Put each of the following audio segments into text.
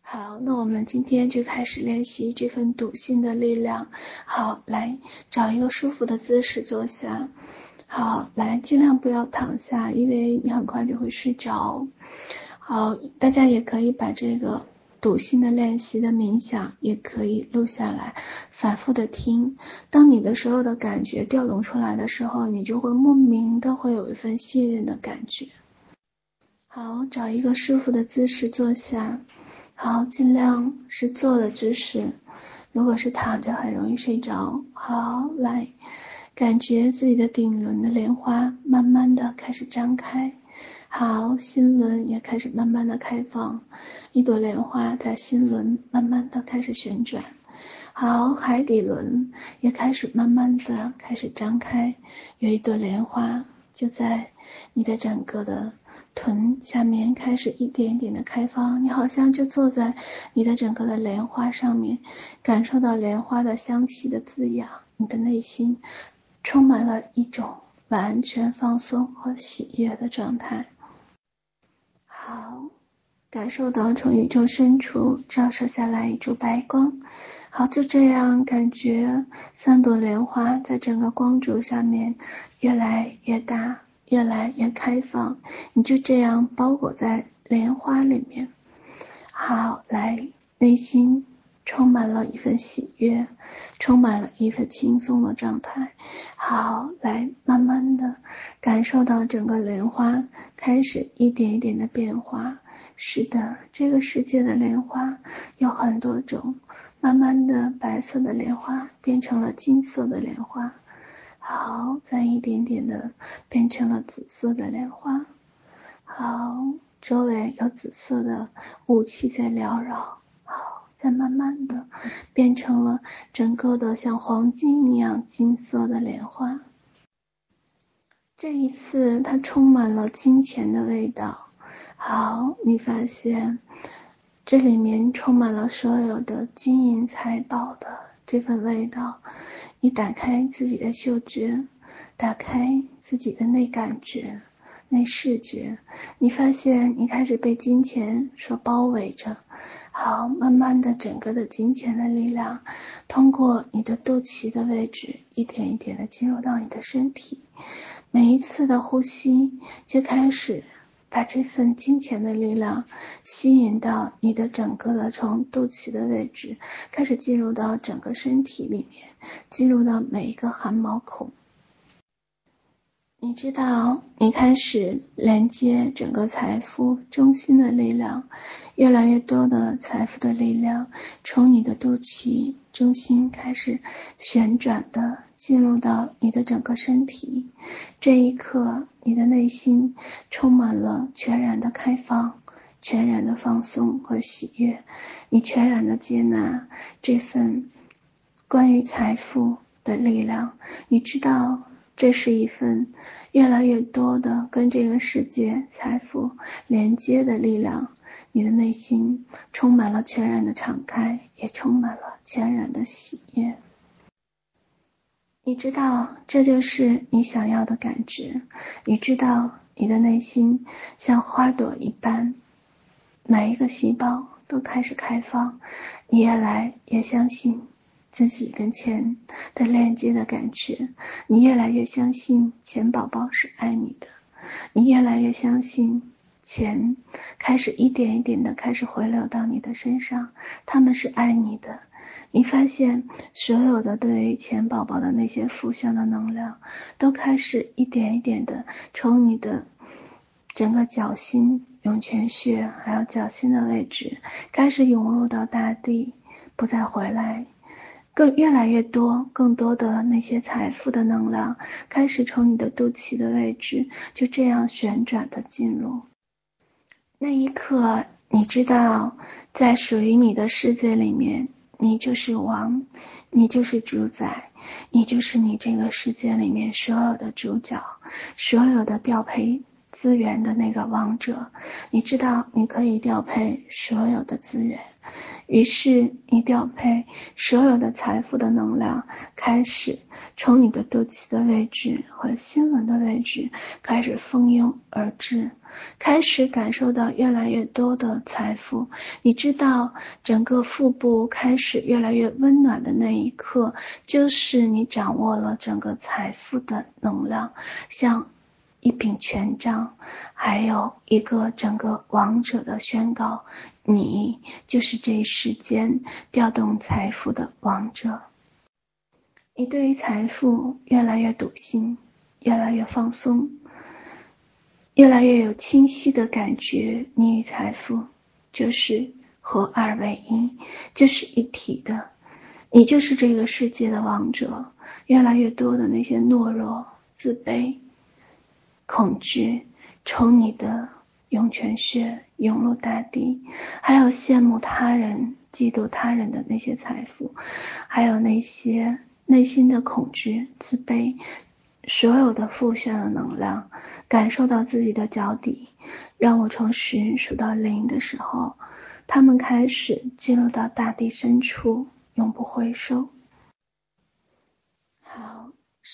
好，那我们今天就开始练习这份笃信的力量。好，来找一个舒服的姿势坐下。好，来尽量不要躺下，因为你很快就会睡着。好，大家也可以把这个笃信的练习的冥想也可以录下来，反复的听。当你的所有的感觉调动出来的时候，你就会莫名的会有一份信任的感觉。好，找一个舒服的姿势坐下。好，尽量是坐的姿势，如果是躺着很容易睡着。好，来感觉自己的顶轮的莲花慢慢的开始张开。好，心轮也开始慢慢的开放，一朵莲花在心轮慢慢的开始旋转。好，海底轮也开始慢慢的开始张开，有一朵莲花就在你的整个的臀下面开始一点一点的开放，你好像就坐在你的整个的莲花上面，感受到莲花的香气的滋养，你的内心充满了一种完全放松和喜悦的状态。好，感受到从宇宙深处照射下来一束白光。好，就这样感觉三朵莲花在整个光柱下面越来越大，越来越开放，你就这样包裹在莲花里面。好，来，内心充满了一份喜悦，充满了一份轻松的状态。好，来慢慢的感受到整个莲花开始一点一点的变化。是的，这个世界的莲花有很多种，慢慢的白色的莲花变成了金色的莲花。好，再一点点的变成了紫色的莲花。好，周围有紫色的雾气在缭绕。好，再慢慢的变成了整个的像黄金一样金色的莲花。这一次它充满了金钱的味道。好，你发现这里面充满了所有的金银财宝的这份味道。你打开自己的嗅觉，打开自己的内感觉、内视觉，你发现你开始被金钱所包围着。好，慢慢的整个的金钱的力量通过你的肚脐的位置一点一点的进入到你的身体，每一次的呼吸就开始把这份金钱的力量吸引到你的整个的从肚脐的位置开始进入到整个身体里面，进入到每一个汗毛孔。你知道你开始连接整个财富中心的力量，越来越多的财富的力量从你的肚脐中心开始旋转的进入到你的整个身体。这一刻你的内心充满了全然的开放，全然的放松和喜悦，你全然的接纳这份关于财富的力量。你知道这是一份越来越多的跟这个世界财富连接的力量，你的内心充满了全然的敞开，也充满了全然的喜悦。你知道这就是你想要的感觉，你知道你的内心像花朵一般，每一个细胞都开始开放，你越来越相信自己跟钱的链接的感觉，你越来越相信钱宝宝是爱你的，你越来越相信钱开始一点一点的开始回流到你的身上，他们是爱你的。你发现所有的对于钱宝宝的那些负向的能量都开始一点一点的从你的整个脚心、涌泉穴还有脚心的位置开始涌入到大地，不再回来。越来越多更多的那些财富的能量开始从你的肚脐的位置就这样旋转的进入。那一刻你知道在属于你的世界里面，你就是王，你就是主宰，你就是你这个世界里面所有的主角，所有的调配资源的那个王者。你知道你可以调配所有的资源， 于是你调配所有的财富的能量开始从你的肚脐的位置和心轮的位置开始蜂拥而至，开始感受到越来越多的财富。你知道整个腹部开始越来越温暖的那一刻，就是你掌握了整个财富的能量，像一柄权杖，还有一个整个王者的宣告，你就是这一世间调动财富的王者。你对于财富越来越笃信，越来越放松，越来越有清晰的感觉，你与财富就是合二为一，就是一体的，你就是这个世界的王者。越来越多的那些懦弱、自卑、恐惧从你的涌泉穴涌入大地，还有羡慕他人、嫉妒他人的那些财富，还有那些内心的恐惧、自卑，所有的负向的能量，感受到自己的脚底。让我从10数到0的时候，他们开始进入到大地深处，永不回收。好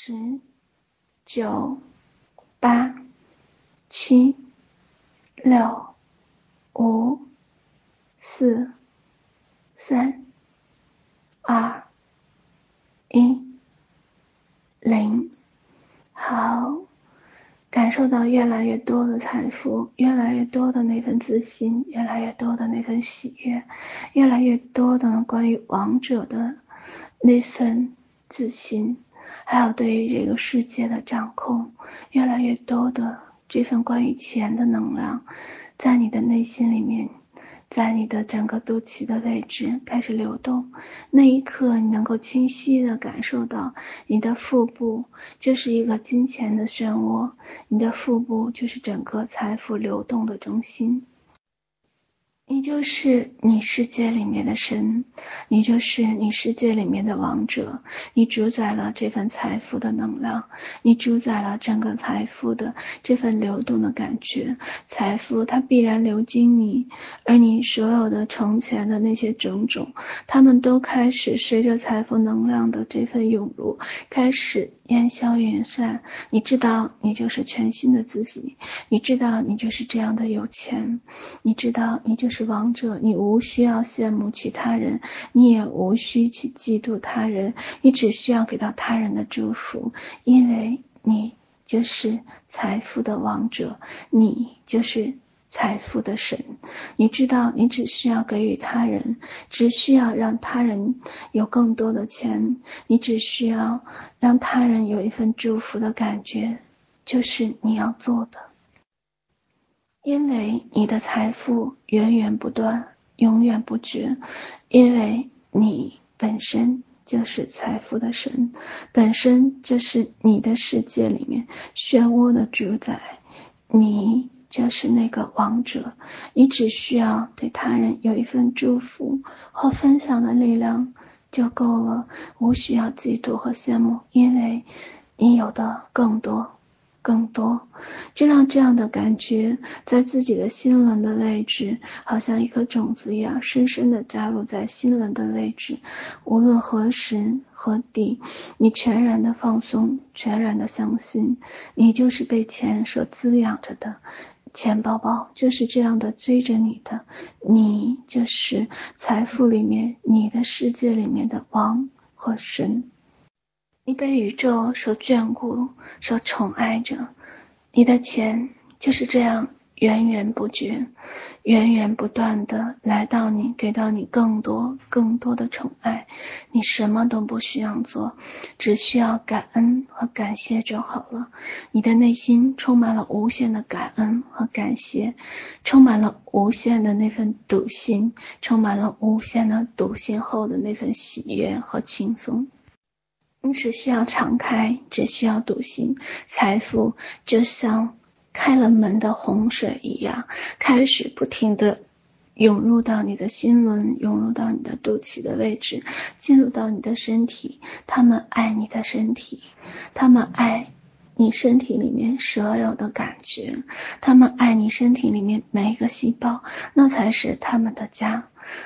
，10、9、8、7、6、5、4、3、2、1、0。好，感受到越来越多的财富，越来越多的那份自信，越来越多的那份喜悦，越来越多的关于王者的那份自信，还有对于这个世界的掌控，越来越多的这份关于钱的能量，在你的内心里面，在你的整个肚脐的位置开始流动。那一刻你能够清晰地感受到，你的腹部就是一个金钱的漩涡，你的腹部就是整个财富流动的中心。你就是你世界里面的神，你就是你世界里面的王者，你主宰了这份财富的能量，你主宰了整个财富的这份流动的感觉。财富它必然流经你，而你所有的从前的那些种种，他们都开始随着财富能量的这份涌入开始烟消云散。你知道你就是全新的自己，你知道你就是这样的有钱，你知道你就是王者，你无需要羡慕其他人，你也无需去嫉妒他人，你只需要给到他人的祝福，因为你就是财富的王者，你就是财富的神。你知道你只需要给予他人，只需要让他人有更多的钱，你只需要让他人有一份祝福的感觉，就是你要做的。因为你的财富源源不断，永远不绝，因为你本身就是财富的神，本身就是你的世界里面漩涡的主宰，你就是那个王者。你只需要对他人有一份祝福和分享的力量就够了，无需要嫉妒和羡慕，因为你有的更多。就让这样的感觉在自己的心轮的位置，好像一颗种子一样，深深地扎入在心轮的位置。无论何时何地，你全然的放松，全然的相信，你就是被钱所滋养着的，钱包包就是这样的追着你的，你就是财富里面，你的世界里面的王和神。你被宇宙所眷顾，所宠爱着，你的钱就是这样源源不绝，源源不断的来到你，给到你更多的宠爱。你什么都不需要做，只需要感恩和感谢就好了。你的内心充满了无限的感恩和感谢，充满了无限的那份笃信，充满了无限的笃信后的那份喜悦和轻松。你只需要敞开，只需要笃信，财富就像开了门的洪水一样，开始不停地涌入到你的心轮，涌入到你的肚脐的位置，进入到你的身体。他们爱你的身体，他们爱你身体里面所有的感觉，他们爱你身体里面每一个细胞，那才是他们的家。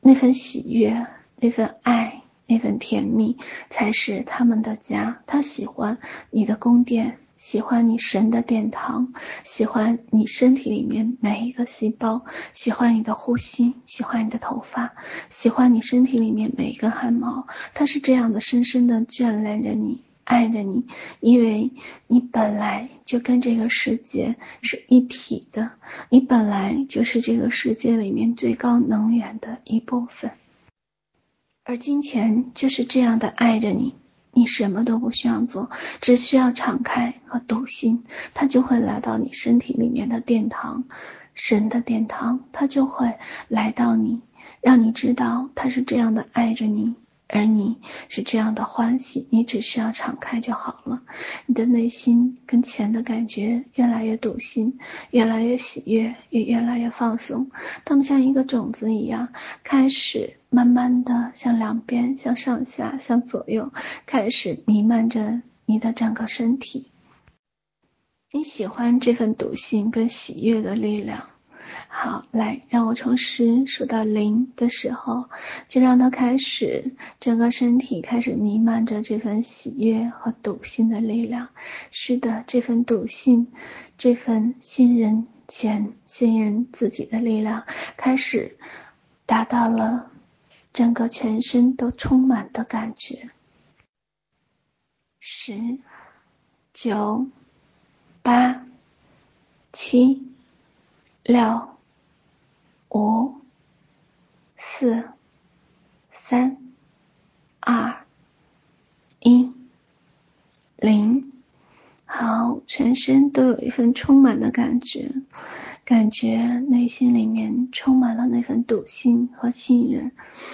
那份喜悦，那份爱，那份甜蜜才是他们的家。他喜欢你的宫殿，喜欢你神的殿堂，喜欢你身体里面每一个细胞，喜欢你的呼吸，喜欢你的头发，喜欢你身体里面每一根汗毛。他是这样的深深的眷恋着你，爱着你，因为你本来就跟这个世界是一体的，你本来就是这个世界里面最高能源的一部分。而金钱就是这样的爱着你，你什么都不需要做，只需要敞开和笃信，它就会来到你身体里面的殿堂，神的殿堂，它就会来到你，让你知道它是这样的爱着你，而你是这样的欢喜，你只需要敞开就好了。你的内心跟钱的感觉越来越笃信，越来越喜悦，也越来越放松。它们像一个种子一样，开始慢慢的向两边，向上下，向左右，开始弥漫着你的整个身体。你喜欢这份笃信跟喜悦的力量。好，来，让我从10数到0的时候，就让它开始，整个身体开始弥漫着这份喜悦和笃信的力量。是的，这份笃信，这份信任钱、信任自己的力量，开始达到了整个全身都充满的感觉。10、9、8、7、6、5、4、3、2、1、0。好，全身都有一份充满的感觉，感觉内心里面充满了那份笃信和信任。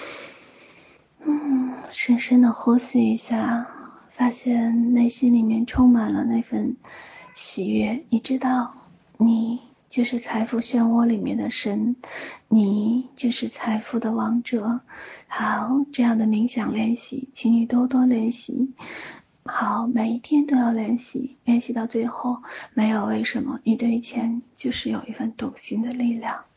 深深的呼吸一下，发现内心里面充满了那份喜悦。你知道，你就是财富漩涡里面的神，你就是财富的王者。好，这样的冥想练习，请你多多练习。好，每一天都要练习，练习到最后，没有为什么，你对钱就是有一份笃信的力量。